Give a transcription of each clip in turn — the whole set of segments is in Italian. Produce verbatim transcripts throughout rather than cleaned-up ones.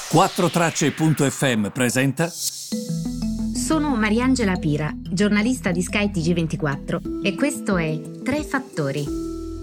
quattro tracce punto effe emme presenta. Sono Mariangela Pira, giornalista di Sky T G ventiquattro e questo è Tre Fattori.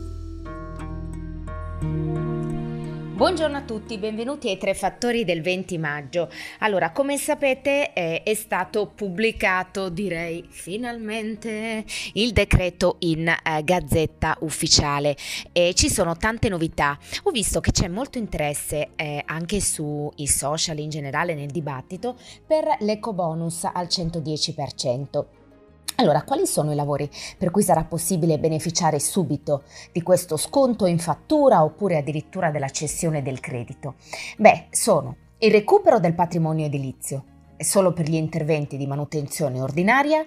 Buongiorno a tutti, benvenuti ai Tre Fattori del venti maggio. Allora, come sapete eh, è stato pubblicato, direi finalmente, il decreto in eh, Gazzetta Ufficiale e ci sono tante novità. Ho visto che c'è molto interesse eh, anche sui social, in generale nel dibattito, per l'ecobonus al centodieci per cento. Allora, quali sono i lavori per cui sarà possibile beneficiare subito di questo sconto in fattura oppure addirittura della cessione del credito? Beh, sono il recupero del patrimonio edilizio, solo per gli interventi di manutenzione ordinaria,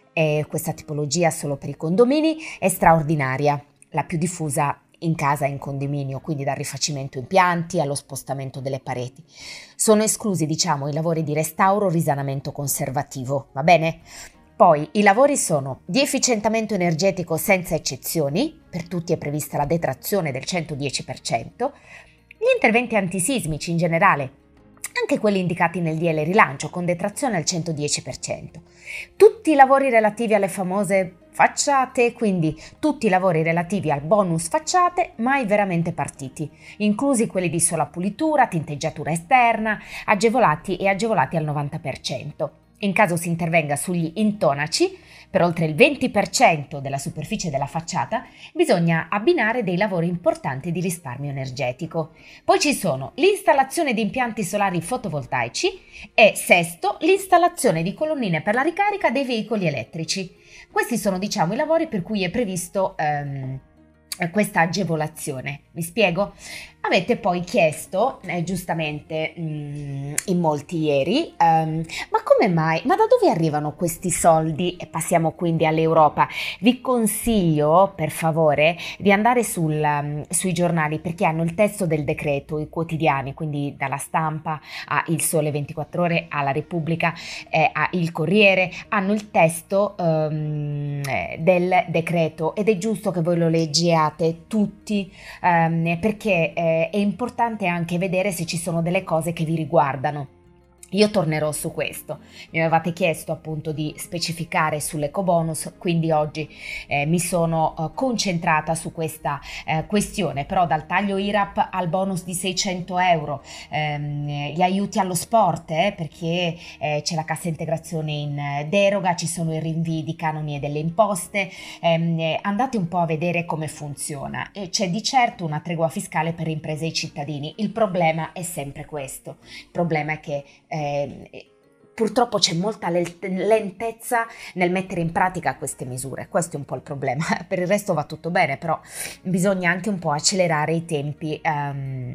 e questa tipologia solo per i condomini, è straordinaria, la più diffusa in casa e in condominio, quindi dal rifacimento impianti allo spostamento delle pareti. Sono esclusi, diciamo, i lavori di restauro o risanamento conservativo, va bene? Poi i lavori sono di efficientamento energetico senza eccezioni, per tutti è prevista la detrazione del centodieci per cento, gli interventi antisismici in generale, anche quelli indicati nel D L rilancio con detrazione al centodieci per cento, tutti i lavori relativi alle famose facciate, quindi tutti i lavori relativi al bonus facciate mai veramente partiti, inclusi quelli di sola pulitura, tinteggiatura esterna, agevolati e agevolati al novanta per cento. In caso si intervenga sugli intonaci, per oltre il venti per cento della superficie della facciata, bisogna abbinare dei lavori importanti di risparmio energetico. Poi ci sono l'installazione di impianti solari fotovoltaici e, sesto, l'installazione di colonnine per la ricarica dei veicoli elettrici. Questi sono, diciamo, i lavori per cui è previsto ehm, questa agevolazione. Mi spiego? Avete poi chiesto, eh, giustamente mh, in molti ieri, um, ma come mai, ma da dove arrivano questi soldi? E passiamo quindi all'Europa. Vi consiglio, per favore, di andare sul, um, sui giornali perché hanno il testo del decreto, i quotidiani, quindi dalla Stampa a Il Sole ventiquattro Ore, alla Repubblica, eh, a Il Corriere, hanno il testo um, del decreto ed è giusto che voi lo leggiate tutti um, perché eh, è importante anche vedere se ci sono delle cose che vi riguardano. Io tornerò su questo. Mi avevate chiesto appunto di specificare sull'ecobonus, quindi oggi eh, mi sono eh, concentrata su questa eh, questione, però dal taglio I R A P al bonus di seicento euro, ehm, gli aiuti allo sport, eh, perché eh, c'è la cassa integrazione in deroga, ci sono i rinvii di canoni e delle imposte, ehm, andate un po' a vedere come funziona. E c'è di certo una tregua fiscale per imprese e cittadini. Il problema è sempre questo, il problema è che eh, Eh, purtroppo c'è molta lentezza nel mettere in pratica queste misure, questo è un po' il problema. Per il resto va tutto bene, però bisogna anche un po' accelerare i tempi um,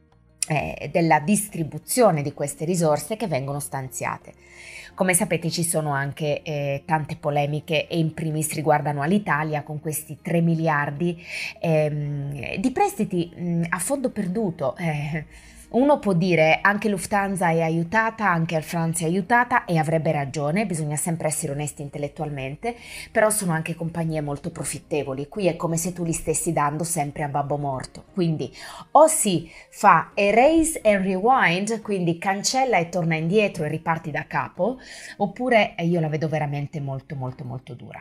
eh, della distribuzione di queste risorse che vengono stanziate. Come sapete ci sono anche eh, tante polemiche e in primis riguardano all'Italia con questi tre miliardi ehm, di prestiti mh, a fondo perduto. Eh, Uno può dire anche Lufthansa è aiutata, anche Air France è aiutata e avrebbe ragione, bisogna sempre essere onesti intellettualmente, però sono anche compagnie molto profittevoli, qui è come se tu li stessi dando sempre a babbo morto, quindi o si fa erase and rewind, quindi cancella e torna indietro e riparti da capo, oppure io la vedo veramente molto molto molto dura.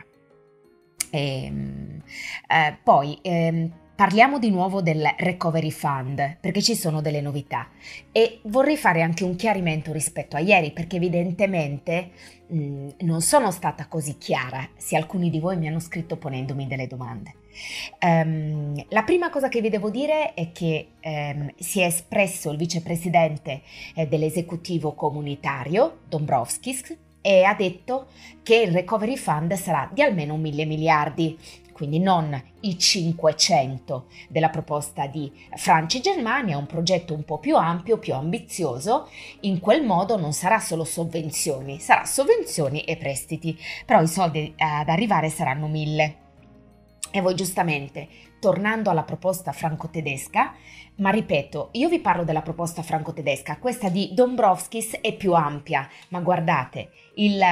E, eh, poi ehm, parliamo di nuovo del Recovery Fund perché ci sono delle novità e vorrei fare anche un chiarimento rispetto a ieri perché evidentemente mh, non sono stata così chiara se alcuni di voi mi hanno scritto ponendomi delle domande. Um, la prima cosa che vi devo dire è che um, si è espresso il vicepresidente eh, dell'esecutivo comunitario Dombrovskis e ha detto che il Recovery Fund sarà di almeno mille miliardi, quindi non i cinquecento della proposta di Francia e Germania, un progetto un po' più ampio, più ambizioso. In quel modo non sarà solo sovvenzioni, sarà sovvenzioni e prestiti, però i soldi ad arrivare saranno mille. E voi giustamente, tornando alla proposta franco-tedesca, ma ripeto, io vi parlo della proposta franco-tedesca, questa di Dombrovskis è più ampia, ma guardate, il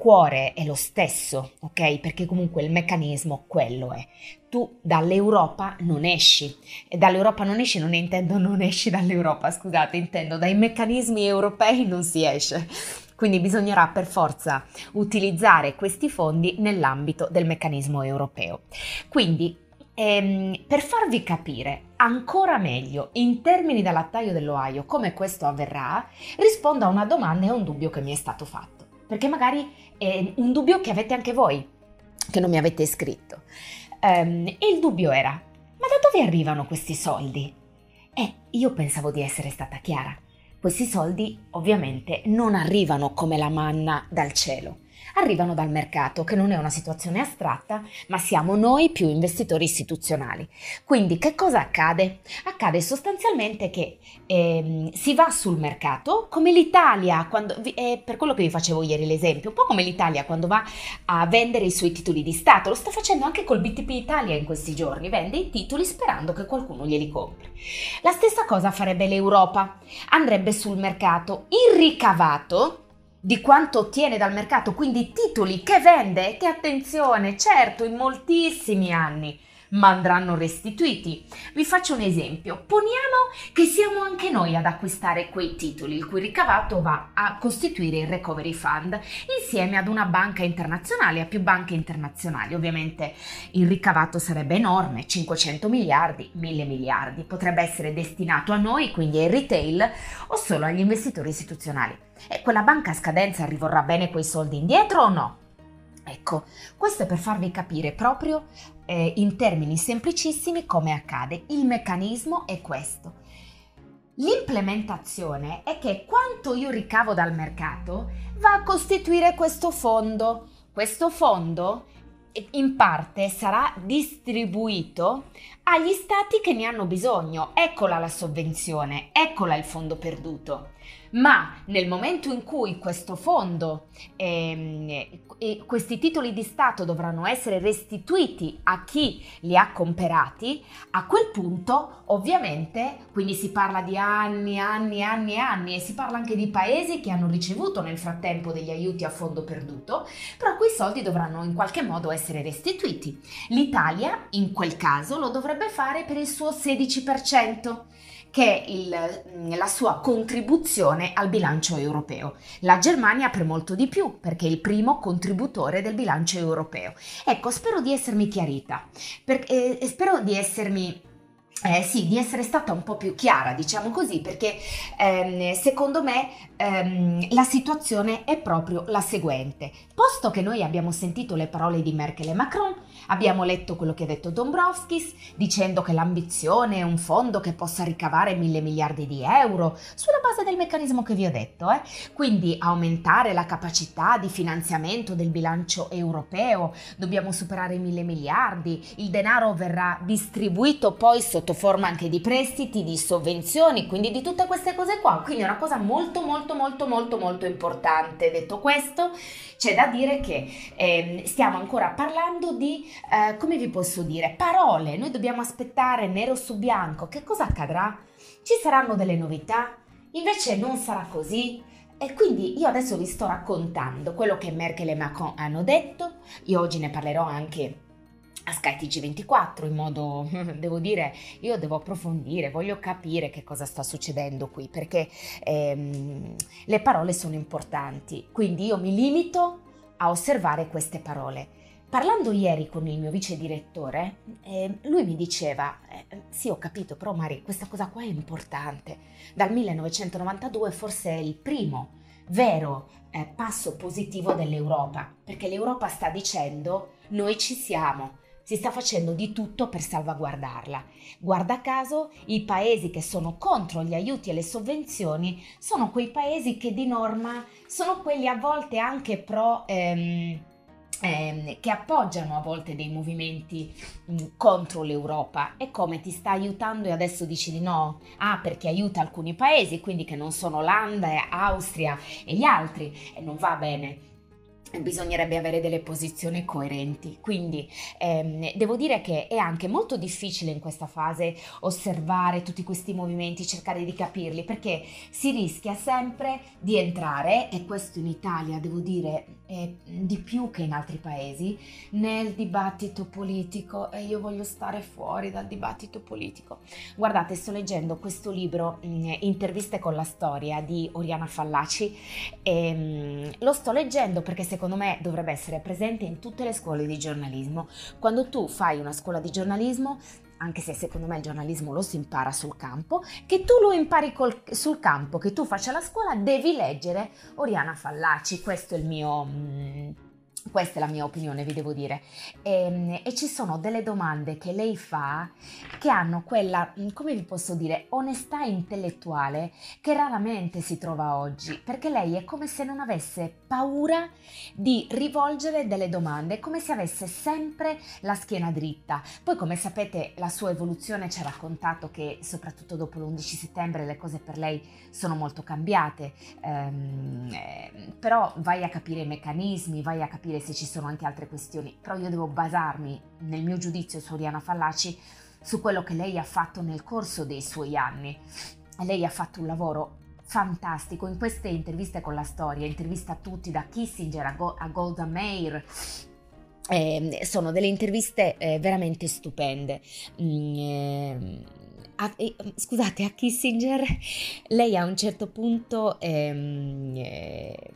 cuore è lo stesso, ok? Perché comunque il meccanismo quello è. Tu dall'Europa non esci, e dall'Europa non esci non intendo non esci dall'Europa, scusate, intendo dai meccanismi europei non si esce. Quindi bisognerà per forza utilizzare questi fondi nell'ambito del meccanismo europeo. Quindi ehm, per farvi capire ancora meglio in termini da lattaio dell'Ohio come questo avverrà, rispondo a una domanda e a un dubbio che mi è stato fatto, perché magari è un dubbio che avete anche voi, che non mi avete scritto. Um, e il dubbio era: ma da dove arrivano questi soldi? Eh, io pensavo di essere stata chiara. Questi soldi ovviamente non arrivano come la manna dal cielo, arrivano dal mercato, che non è una situazione astratta, ma siamo noi più investitori istituzionali. Quindi che cosa accade? Accade sostanzialmente che ehm, si va sul mercato, come l'Italia, quando, è per quello che vi facevo ieri l'esempio, un po' come l'Italia quando va a vendere i suoi titoli di Stato, lo sta facendo anche col B T P Italia in questi giorni, vende i titoli sperando che qualcuno glieli compri. La stessa cosa farebbe l'Europa, andrebbe sul mercato, il ricavato di quanto ottiene dal mercato, quindi titoli che vende, che attenzione, certo in moltissimi anni, ma andranno restituiti. Vi faccio un esempio: poniamo che siamo anche noi ad acquistare quei titoli, il cui ricavato va a costituire il Recovery Fund insieme ad una banca internazionale, a più banche internazionali. Ovviamente il ricavato sarebbe enorme, cinquecento miliardi, mille miliardi, potrebbe essere destinato a noi, quindi ai retail, o solo agli investitori istituzionali. E quella banca a scadenza rivorrà bene quei soldi indietro o no? Ecco, questo è per farvi capire proprio eh, in termini semplicissimi come accade. Il meccanismo è questo. L'implementazione è che quanto io ricavo dal mercato va a costituire questo fondo. Questo fondo in parte sarà distribuito agli stati che ne hanno bisogno. Eccola la sovvenzione, eccola il fondo perduto. Ma nel momento in cui questo fondo ehm, e questi titoli di Stato dovranno essere restituiti a chi li ha comprati, a quel punto ovviamente, quindi si parla di anni, anni, anni e anni, e si parla anche di paesi che hanno ricevuto nel frattempo degli aiuti a fondo perduto, però quei soldi dovranno in qualche modo essere restituiti. L'Italia in quel caso lo dovrebbe fare per il suo sedici per cento. Che è il, la sua contribuzione al bilancio europeo. La Germania per molto di più, perché è il primo contributore del bilancio europeo. Ecco, spero di essermi chiarita, perché, eh, spero di essermi Eh, sì, di essere stata un po' più chiara, diciamo così, perché ehm, secondo me ehm, la situazione è proprio la seguente. Posto che noi abbiamo sentito le parole di Merkel e Macron, abbiamo letto quello che ha detto Dombrovskis, dicendo che l'ambizione è un fondo che possa ricavare mille miliardi di euro, sulla base del meccanismo che vi ho detto, eh? Quindi aumentare la capacità di finanziamento del bilancio europeo, dobbiamo superare i mille miliardi, il denaro verrà distribuito poi sotto forma anche di prestiti, di sovvenzioni, quindi di tutte queste cose qua. Quindi è una cosa molto molto molto molto molto importante. Detto questo, c'è da dire che eh, stiamo ancora parlando di, eh, come vi posso dire, parole. Noi dobbiamo aspettare nero su bianco. Che cosa accadrà? Ci saranno delle novità? Invece non sarà così? E quindi io adesso vi sto raccontando quello che Merkel e Macron hanno detto. Io oggi ne parlerò anche a Sky T G ventiquattro, in modo, devo dire, io devo approfondire, voglio capire che cosa sta succedendo qui, perché ehm, le parole sono importanti, quindi io mi limito a osservare queste parole. Parlando ieri con il mio vice direttore, eh, lui mi diceva, eh, sì ho capito, però Mari, questa cosa qua è importante, dal millenovecentonovantadue forse è il primo vero eh, passo positivo dell'Europa, perché l'Europa sta dicendo noi ci siamo, si sta facendo di tutto per salvaguardarla. Guarda caso, i paesi che sono contro gli aiuti e le sovvenzioni sono quei paesi che di norma sono quelli a volte anche pro, ehm, ehm, che appoggiano a volte dei movimenti mh, contro l'Europa. E come ti sta aiutando e adesso dici di no? Ah, perché aiuta alcuni paesi, quindi che non sono Olanda, Austria e gli altri, e non va bene. bisognerebbe avere delle posizioni coerenti. Quindi ehm, devo dire che è anche molto difficile in questa fase osservare tutti questi movimenti, cercare di capirli, perché si rischia sempre di entrare, e questo in Italia devo dire è di più che in altri paesi, nel dibattito politico, e io voglio stare fuori dal dibattito politico. Guardate, sto leggendo questo libro, Interviste con la storia di Oriana Fallaci, e lo sto leggendo perché secondo secondo me dovrebbe essere presente in tutte le scuole di giornalismo. Quando tu fai una scuola di giornalismo, anche se secondo me il giornalismo lo si impara sul campo, che tu lo impari col, sul campo, che tu faccia la scuola, devi leggere Oriana Fallaci. Questo è il mio... Mm, Questa è la mia opinione, vi devo dire. E, e ci sono delle domande che lei fa che hanno quella, come vi posso dire, onestà intellettuale che raramente si trova oggi, perché lei è come se non avesse paura di rivolgere delle domande, come se avesse sempre la schiena dritta. Poi, come sapete, la sua evoluzione ci ha raccontato che soprattutto dopo l'undici settembre le cose per lei sono molto cambiate, ehm, eh, però vai a capire i meccanismi, vai a capire se ci sono anche altre questioni, però io devo basarmi nel mio giudizio su Oriana Fallaci su quello che lei ha fatto nel corso dei suoi anni. Lei ha fatto un lavoro fantastico in queste interviste con la storia, intervista a tutti, da Kissinger a, Go- a Golda Meir. Eh, sono delle interviste eh, veramente stupende. Mm, eh, a, eh, scusate, a Kissinger lei a un certo punto ehm, eh,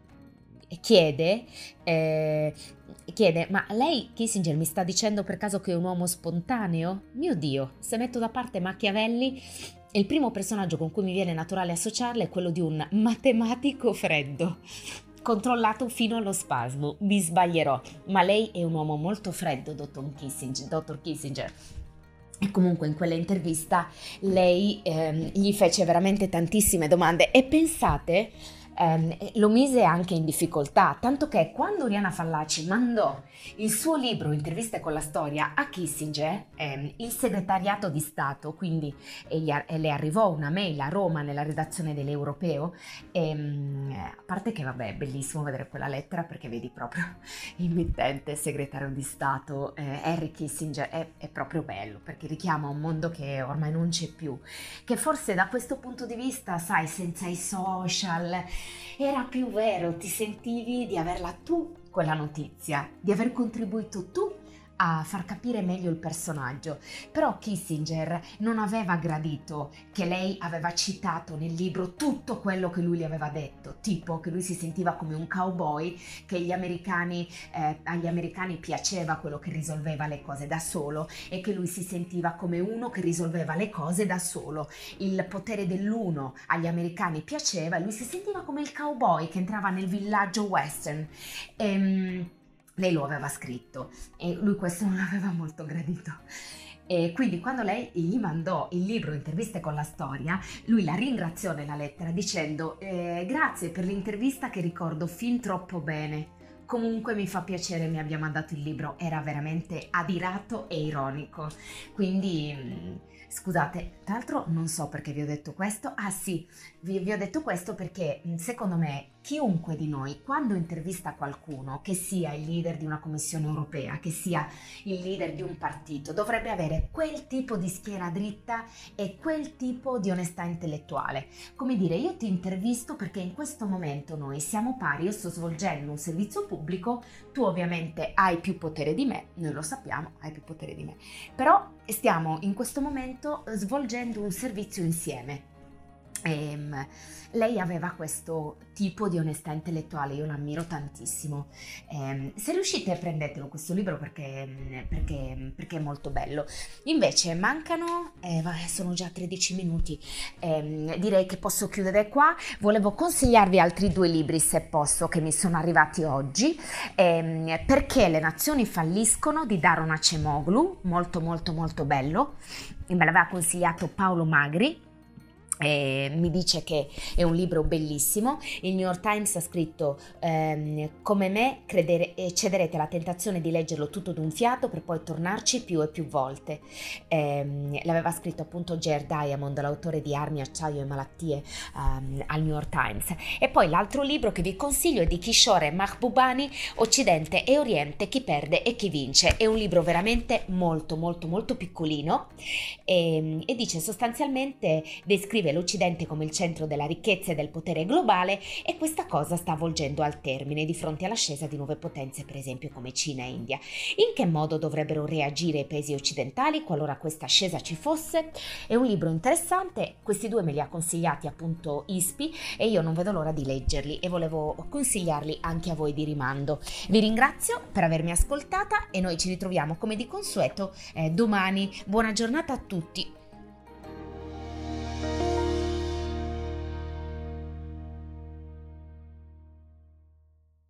chiede, eh, chiede, ma lei, Kissinger, mi sta dicendo per caso che è un uomo spontaneo? Mio Dio, se metto da parte Machiavelli, il primo personaggio con cui mi viene naturale associarle è quello di un matematico freddo, controllato fino allo spasmo. Mi sbaglierò, ma lei è un uomo molto freddo, dottor Kissinger. Dottor Kissinger. E comunque in quella intervista lei ehm, gli fece veramente tantissime domande e pensate, ehm, lo mise anche in difficoltà, tanto che quando Oriana Fallaci mandò il suo libro Interviste con la storia a Kissinger, ehm, il segretariato di Stato, quindi e gli, e le arrivò una mail a Roma nella redazione dell'Europeo, ehm, a parte che vabbè è bellissimo vedere quella lettera perché vedi proprio il mittente segretario di Stato, eh, Henry Kissinger, è, è proprio bello perché richiama un mondo che ormai non c'è più, che forse da questo punto di vista, sai, senza i social era più vero, ti sentivi di averla tu quella notizia, di aver contribuito tu a far capire meglio il personaggio. Però Kissinger non aveva gradito che lei aveva citato nel libro tutto quello che lui gli aveva detto, tipo che lui si sentiva come un cowboy, che gli americani, eh, agli americani piaceva quello che risolveva le cose da solo e che lui si sentiva come uno che risolveva le cose da solo. Il potere dell'uno agli americani piaceva e lui si sentiva come il cowboy che entrava nel villaggio western. Ehm, Lei lo aveva scritto e lui questo non aveva molto gradito. E quindi quando lei gli mandò il libro Interviste con la storia, lui la ringraziò nella lettera dicendo eh, grazie per l'intervista che ricordo fin troppo bene. Comunque mi fa piacere mi abbia mandato il libro, era veramente adirato e ironico. Quindi scusate, tra l'altro non so perché vi ho detto questo, ah sì, vi, vi ho detto questo perché secondo me chiunque di noi quando intervista qualcuno, che sia il leader di una commissione europea, che sia il leader di un partito, dovrebbe avere quel tipo di schiena dritta e quel tipo di onestà intellettuale. Come dire, io ti intervisto perché in questo momento noi siamo pari, io sto svolgendo un servizio pubblico, tu ovviamente hai più potere di me, noi lo sappiamo, hai più potere di me, però stiamo in questo momento svolgendo un servizio insieme. E, lei aveva questo tipo di onestà intellettuale, io l'ammiro tantissimo. E, se riuscite prendetelo questo libro perché, perché, perché è molto bello. Invece mancano, eh, sono già tredici minuti, eh, direi che posso chiudere qua. Volevo consigliarvi altri due libri se posso che mi sono arrivati oggi, eh, Perché le nazioni falliscono di Daron Acemoglu, molto molto molto bello, me l'aveva consigliato Paolo Magri. Eh, mi dice che è un libro bellissimo. Il New York Times ha scritto ehm, come me credere, eh, cederete alla tentazione di leggerlo tutto d'un fiato per poi tornarci più e più volte. Eh, l'aveva scritto appunto J R. Diamond, l'autore di Armi, acciaio e malattie, ehm, al New York Times. E poi l'altro libro che vi consiglio è di Kishore Mahbubani, Occidente e Oriente, chi perde e chi vince. È un libro veramente molto molto molto piccolino e, e dice sostanzialmente, descrive l'Occidente come il centro della ricchezza e del potere globale, e questa cosa sta avvolgendo al termine di fronte all'ascesa di nuove potenze, per esempio come Cina e India. In che modo dovrebbero reagire i paesi occidentali qualora questa ascesa ci fosse? È un libro interessante, questi due me li ha consigliati appunto Ispi e io non vedo l'ora di leggerli e volevo consigliarli anche a voi di rimando. Vi ringrazio per avermi ascoltata e noi ci ritroviamo come di consueto eh, domani. Buona giornata a tutti.